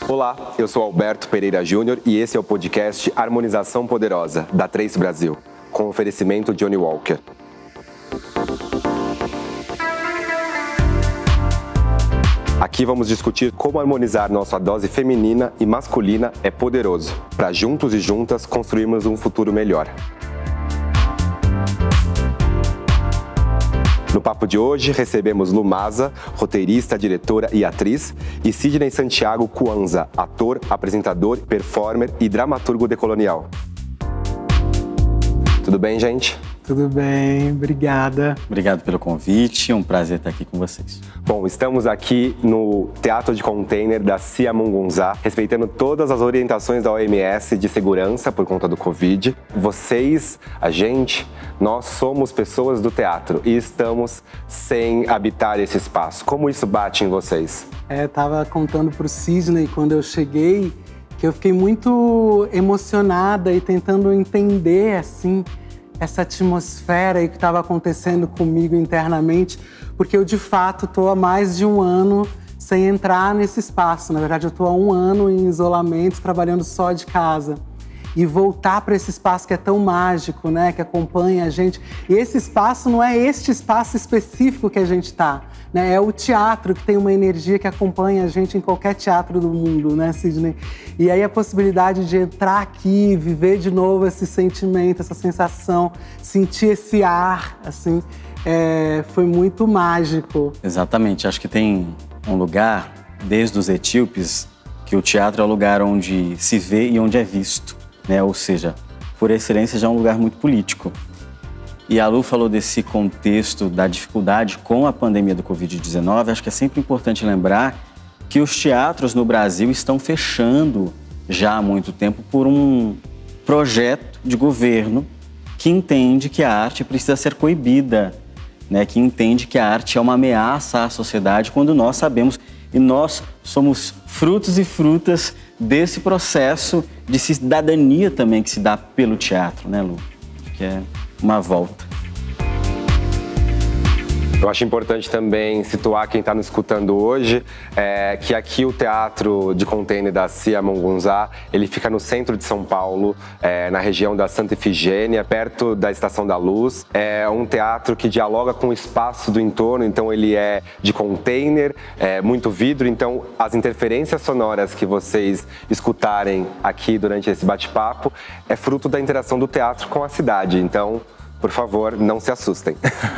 Olá, eu sou Alberto Pereira Júnior e esse é o podcast Harmonização Poderosa, da Trace Brasil, com oferecimento Johnny Walker. Aqui vamos discutir como harmonizar nossa dose feminina e masculina é poderoso, para juntos e juntas construirmos um futuro melhor. No papo de hoje, recebemos Lu Maza, roteirista, diretora e atriz, e Sidney Santiago Cuanza, ator, apresentador, performer e dramaturgo decolonial. Tudo bem, gente? Tudo bem, obrigada. Obrigado pelo convite, é um prazer estar aqui com vocês. Bom, estamos aqui no Teatro de Container da Cia Mongonzá, respeitando todas as orientações da OMS de segurança por conta do Covid. Vocês, a gente, nós somos pessoas do teatro e estamos sem habitar esse espaço. Como isso bate em vocês? Tava contando pro Sidney quando eu cheguei que eu fiquei muito emocionada e tentando entender, assim, essa atmosfera aí que estava acontecendo comigo internamente, porque eu, de fato, estou há mais de um ano sem entrar nesse espaço. Na verdade, eu estou há um ano em isolamento, trabalhando só de casa. E voltar para esse espaço que é tão mágico, né, que acompanha a gente. E esse espaço não é este espaço específico que a gente está, né? É o teatro que tem uma energia que acompanha a gente em qualquer teatro do mundo, né, Sidney? E aí a possibilidade de entrar aqui, viver de novo esse sentimento, essa sensação, sentir esse ar, assim, foi muito mágico. Exatamente, acho que tem um lugar, desde os etíopes, que o teatro é o lugar onde se vê e onde é visto. Né? Ou seja, por excelência já é um lugar muito político. E a Lu falou desse contexto da dificuldade com a pandemia do Covid-19. Acho que é sempre importante lembrar que os teatros no Brasil estão fechando já há muito tempo por um projeto de governo que entende que a arte precisa ser coibida, né? Que entende que a arte é uma ameaça à sociedade, quando nós sabemos, e nós somos frutos e frutas desse processo de cidadania também que se dá pelo teatro, né, Lu? Acho que é uma volta. Eu acho importante também situar quem está nos escutando hoje, que aqui o Teatro de Container da Cia Mongonzá, ele fica no centro de São Paulo, na região da Santa Efigênia, perto da Estação da Luz. É um teatro que dialoga com o espaço do entorno, então ele é de container, muito vidro, então as interferências sonoras que vocês escutarem aqui durante esse bate-papo é fruto da interação do teatro com a cidade, então, por favor, não se assustem.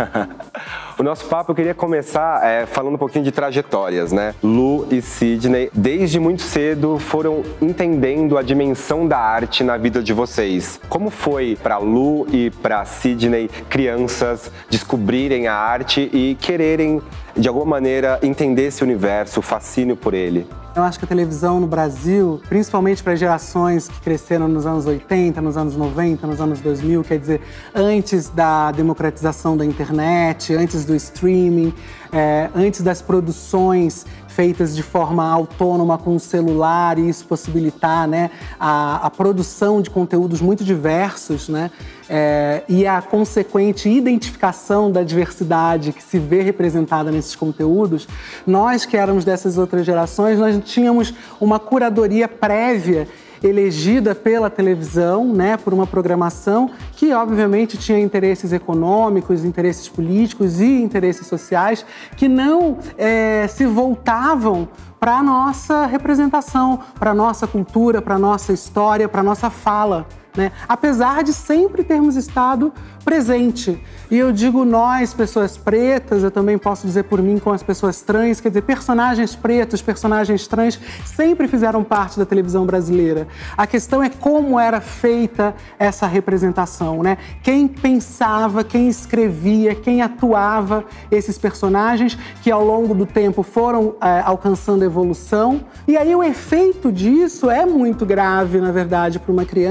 O nosso papo, eu queria começar falando um pouquinho de trajetórias, né? Lu e Sidney, desde muito cedo, foram entendendo a dimensão da arte na vida de vocês. Como foi para Lu e para Sidney, crianças, descobrirem a arte e quererem, de alguma maneira, entender esse universo, o fascínio por ele? Eu acho que a televisão no Brasil, principalmente para gerações que cresceram nos anos 80, nos anos 90, nos anos 2000, quer dizer, antes da democratização da internet, antes do streaming, antes das produções feitas de forma autônoma com o celular e isso possibilitar, né, a produção de conteúdos muito diversos, né, e a consequente identificação da diversidade que se vê representada nesses conteúdos. Nós que éramos dessas outras gerações, nós tínhamos uma curadoria prévia elegida pela televisão, né, por uma programação que, obviamente, tinha interesses econômicos, interesses políticos e interesses sociais que não se voltavam para a nossa representação, para a nossa cultura, para a nossa história, para a nossa fala, né? Apesar de sempre termos estado presente. E eu digo nós, pessoas pretas, eu também posso dizer por mim com as pessoas trans, quer dizer, personagens pretos, personagens trans sempre fizeram parte da televisão brasileira. A questão é como era feita essa representação, né? Quem pensava, quem escrevia, quem atuava esses personagens que ao longo do tempo foram alcançando evolução. E aí o efeito disso é muito grave, na verdade, para uma criança,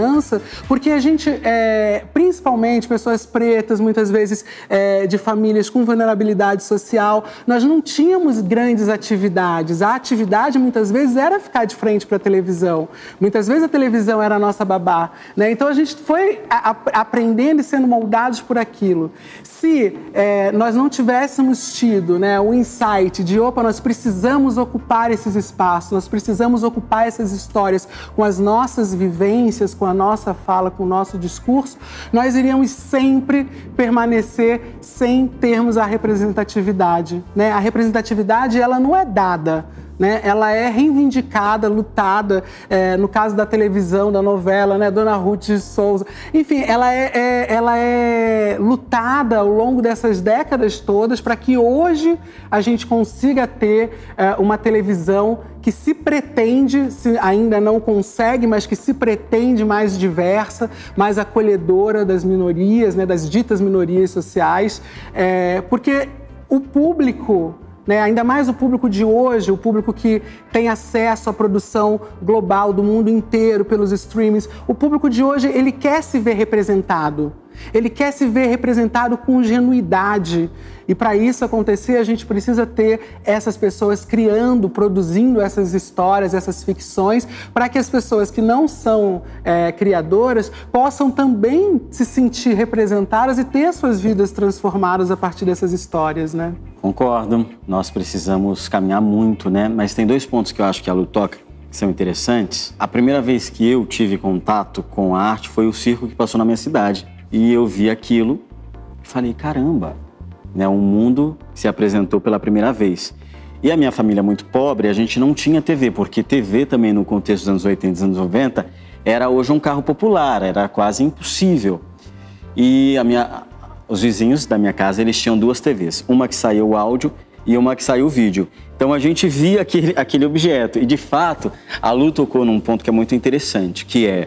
Porque a gente, principalmente pessoas pretas, muitas vezes de famílias com vulnerabilidade social, nós não tínhamos grandes atividades. A atividade, muitas vezes, era ficar de frente para a televisão. Muitas vezes a televisão era a nossa babá, né? Então a gente foi aprendendo e sendo moldados por aquilo. Se nós não tivéssemos tido, né, o insight de, opa, nós precisamos ocupar esses espaços, nós precisamos ocupar essas histórias com as nossas vivências, com a nossa fala, com o nosso discurso, nós iríamos sempre permanecer sem termos a representatividade, né? A representatividade, ela não é dada, né? Ela é reivindicada, lutada, no caso da televisão, da novela, né? Dona Ruth de Souza. Enfim, ela é lutada ao longo dessas décadas todas para que hoje a gente consiga ter uma televisão que se pretende, se ainda não consegue, mas que se pretende mais diversa, mais acolhedora das minorias, né? Das ditas minorias sociais, porque o público, né, ainda mais o público de hoje, o público que tem acesso à produção global do mundo inteiro pelos streamings, o público de hoje, ele quer se ver representado. Ele quer se ver representado com genuidade. E para isso acontecer, a gente precisa ter essas pessoas criando, produzindo essas histórias, essas ficções, para que as pessoas que não são criadoras possam também se sentir representadas e ter suas vidas transformadas a partir dessas histórias, né? Concordo. Nós precisamos caminhar muito, né? Mas tem 2 pontos que eu acho que a Lu toca que são interessantes. A primeira vez que eu tive contato com a arte foi o circo que passou na minha cidade. E eu vi aquilo e falei, caramba, né, um mundo se apresentou pela primeira vez. E a minha família é muito pobre, a gente não tinha TV, porque TV também no contexto dos anos 80 e dos anos 90 era hoje um carro popular, era quase impossível. E os vizinhos da minha casa, eles tinham 2 TVs, uma que saía o áudio e uma que saía o vídeo. Então a gente via aquele objeto e, de fato, a Lu tocou num ponto que é muito interessante, que é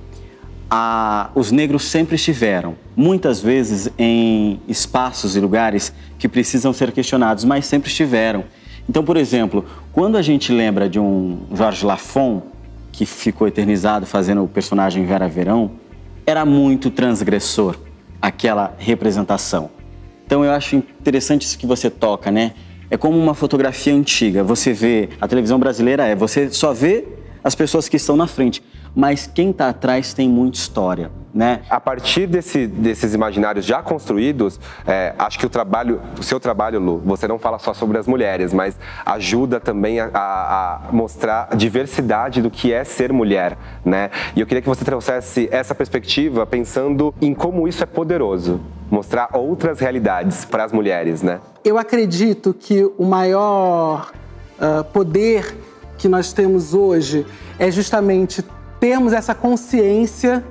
os negros sempre estiveram, muitas vezes em espaços e lugares que precisam ser questionados, mas sempre estiveram. Então, por exemplo, quando a gente lembra de um Jorge Lafon, que ficou eternizado fazendo o personagem Vera Verão, era muito transgressor aquela representação. Então eu acho interessante isso que você toca, né? É como uma fotografia antiga. Você vê, a televisão brasileira você só vê as pessoas que estão na frente, mas quem está atrás tem muita história, né? A partir desses imaginários já construídos, acho que o seu trabalho, Lu, você não fala só sobre as mulheres, mas ajuda também a mostrar a diversidade do que é ser mulher, né? E eu queria que você trouxesse essa perspectiva pensando em como isso é poderoso, mostrar outras realidades para as mulheres, né? Eu acredito que o maior poder que nós temos hoje é justamente termos essa consciência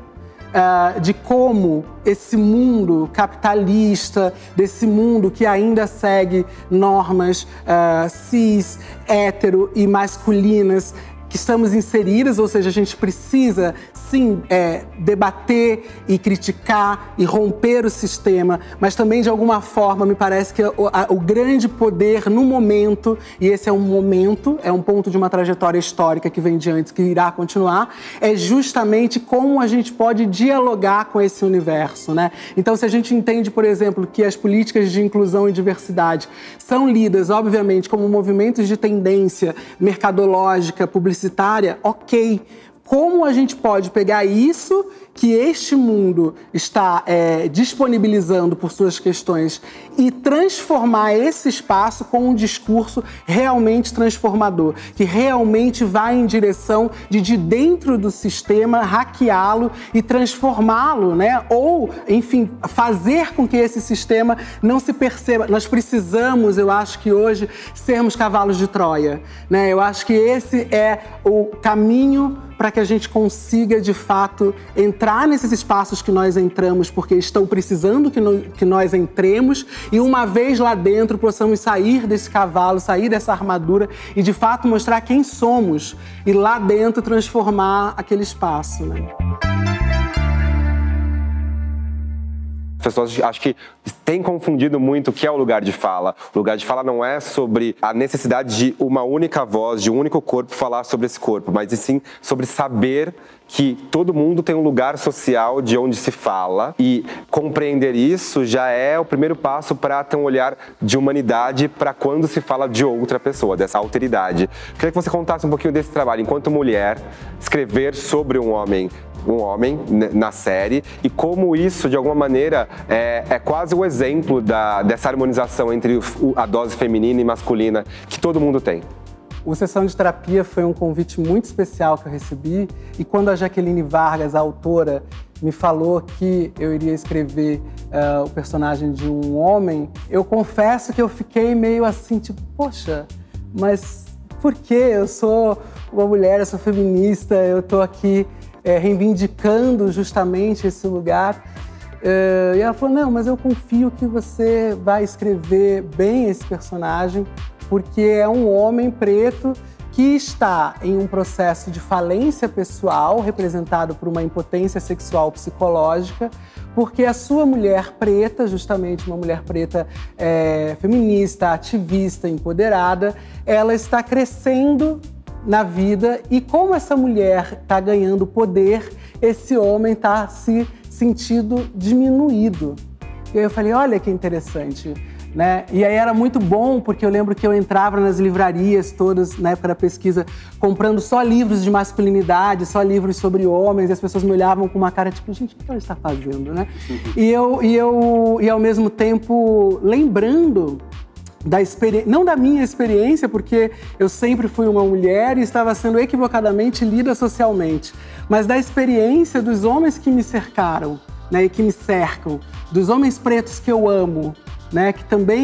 de como esse mundo capitalista, desse mundo que ainda segue normas cis, hétero e masculinas, que estamos inseridas, ou seja, a gente precisa, sim, debater e criticar e romper o sistema, mas também, de alguma forma, me parece que o grande poder no momento, e esse é um momento, é um ponto de uma trajetória histórica que vem de antes, que irá continuar, é justamente como a gente pode dialogar com esse universo, né? Então, se a gente entende, por exemplo, que as políticas de inclusão e diversidade são lidas, obviamente, como movimentos de tendência mercadológica, publicitária, ok. Como a gente pode pegar isso que este mundo está disponibilizando por suas questões e transformar esse espaço com um discurso realmente transformador, que realmente vai em direção de dentro do sistema, hackeá-lo e transformá-lo, né? Ou, enfim, fazer com que esse sistema não se perceba. Nós precisamos, eu acho que hoje, sermos cavalos de Troia, né? Eu acho que esse é o caminho para que a gente consiga, de fato, entrar nesses espaços que nós entramos porque estão precisando que nós entremos e, uma vez lá dentro, possamos sair desse cavalo, sair dessa armadura e, de fato, mostrar quem somos e lá dentro transformar aquele espaço, né? As pessoas acho que têm confundido muito o que é o lugar de fala. O lugar de fala não é sobre a necessidade de uma única voz, de um único corpo falar sobre esse corpo, mas e sim sobre saber que todo mundo tem um lugar social de onde se fala, e compreender isso já é o primeiro passo para ter um olhar de humanidade para quando se fala de outra pessoa, dessa alteridade. Queria que você contasse um pouquinho desse trabalho, enquanto mulher, escrever sobre um homem na série, e como isso, de alguma maneira, é quase o exemplo dessa harmonização entre a dose feminina e masculina que todo mundo tem. O Sessão de Terapia foi um convite muito especial que eu recebi, e quando a Jaqueline Vargas, a autora, me falou que eu iria escrever o personagem de um homem, eu confesso que eu fiquei meio assim, tipo, poxa, mas por quê? Eu sou uma mulher, eu sou feminista, eu tô aqui reivindicando justamente esse lugar. E ela falou, não, mas eu confio que você vai escrever bem esse personagem, porque é um homem preto que está em um processo de falência pessoal, representado por uma impotência sexual psicológica, porque a sua mulher preta, justamente uma mulher preta feminista, ativista, empoderada, ela está crescendo na vida, e como essa mulher está ganhando poder, esse homem está se sentindo diminuído. E aí eu falei, olha que interessante, né? E aí era muito bom, porque eu lembro que eu entrava nas livrarias todas, na época da pesquisa, comprando só livros de masculinidade, só livros sobre homens, e as pessoas me olhavam com uma cara tipo, gente, o que ela está fazendo, né? E ao mesmo tempo, lembrando da experiência, não da minha experiência, porque eu sempre fui uma mulher e estava sendo equivocadamente lida socialmente, mas da experiência dos homens que me cercaram, né, e que me cercam, dos homens pretos que eu amo, né, que também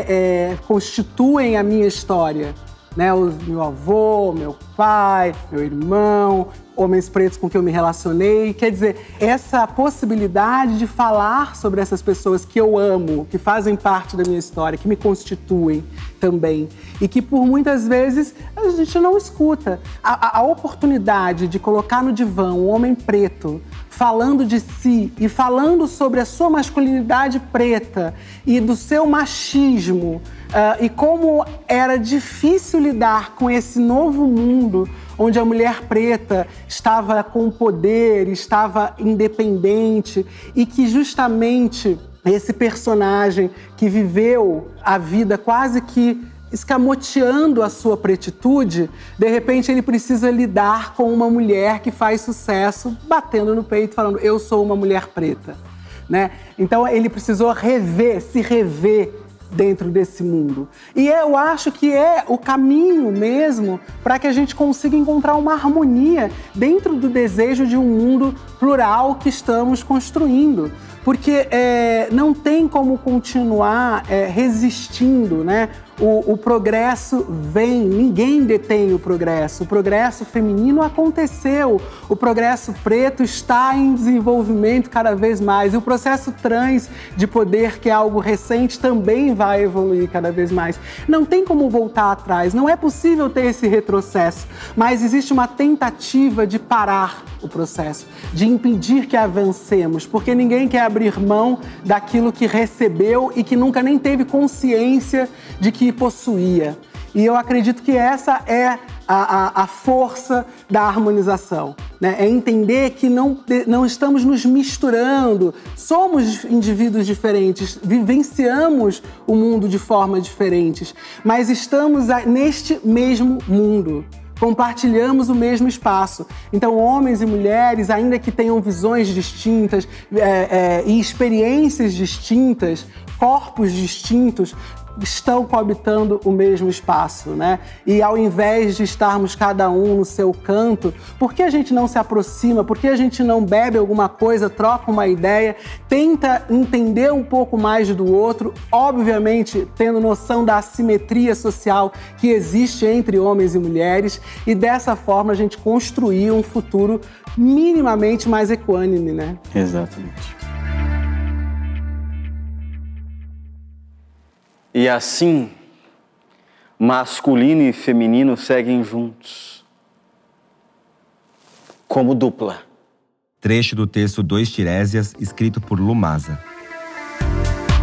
constituem a minha história, né, meu avô, meu pai, meu irmão, homens pretos com quem eu me relacionei. Quer dizer, essa possibilidade de falar sobre essas pessoas que eu amo, que fazem parte da minha história, que me constituem também, e que por muitas vezes a gente não escuta. A oportunidade de colocar no divã um homem preto falando de si e falando sobre a sua masculinidade preta e do seu machismo, e como era difícil lidar com esse novo mundo onde a mulher preta estava com poder, estava independente, e que justamente esse personagem que viveu a vida quase que escamoteando a sua pretitude, de repente ele precisa lidar com uma mulher que faz sucesso, batendo no peito, falando, eu sou uma mulher preta, né? Então ele precisou se rever dentro desse mundo. E eu acho que é o caminho mesmo para que a gente consiga encontrar uma harmonia dentro do desejo de um mundo plural que estamos construindo. Porque não tem como continuar resistindo, né? O progresso vem, ninguém detém o progresso feminino aconteceu, o progresso preto está em desenvolvimento cada vez mais, e o processo trans de poder, que é algo recente, também vai evoluir cada vez mais. Não tem como voltar atrás, não é possível ter esse retrocesso, mas existe uma tentativa de parar o processo, de impedir que avancemos, porque ninguém quer abrir mão daquilo que recebeu e que nunca nem teve consciência de que possuía. E eu acredito que essa é a força da harmonização, né? É entender que não estamos nos misturando, somos indivíduos diferentes, vivenciamos o mundo de formas diferentes, mas estamos neste mesmo mundo. Compartilhamos o mesmo espaço. Então, homens e mulheres, ainda que tenham visões distintas e experiências distintas, corpos distintos, estão coabitando o mesmo espaço, né? E ao invés de estarmos cada um no seu canto, por que a gente não se aproxima? Por que a gente não bebe alguma coisa, troca uma ideia, tenta entender um pouco mais do outro, obviamente tendo noção da assimetria social que existe entre homens e mulheres, e dessa forma a gente construir um futuro minimamente mais equânime, né? Exatamente. E assim, masculino e feminino seguem juntos, como dupla. Trecho do texto Dois Tirésias, escrito por Lumasa.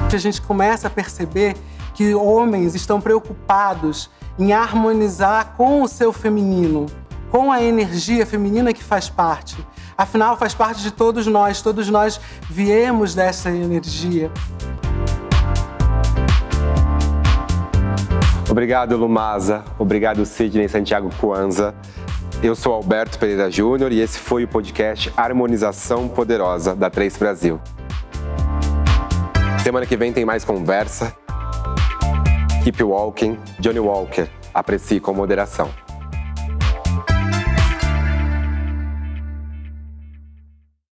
A gente começa a perceber que homens estão preocupados em harmonizar com o seu feminino, com a energia feminina que faz parte. Afinal, faz parte de todos nós viemos dessa energia. Obrigado, Lumasa. Obrigado, Sidney Santiago Kwanza. Eu sou Alberto Pereira Júnior e esse foi o podcast Harmonização Poderosa da 3 Brasil. Semana que vem tem mais conversa. Keep walking, Johnny Walker. Aprecie com moderação.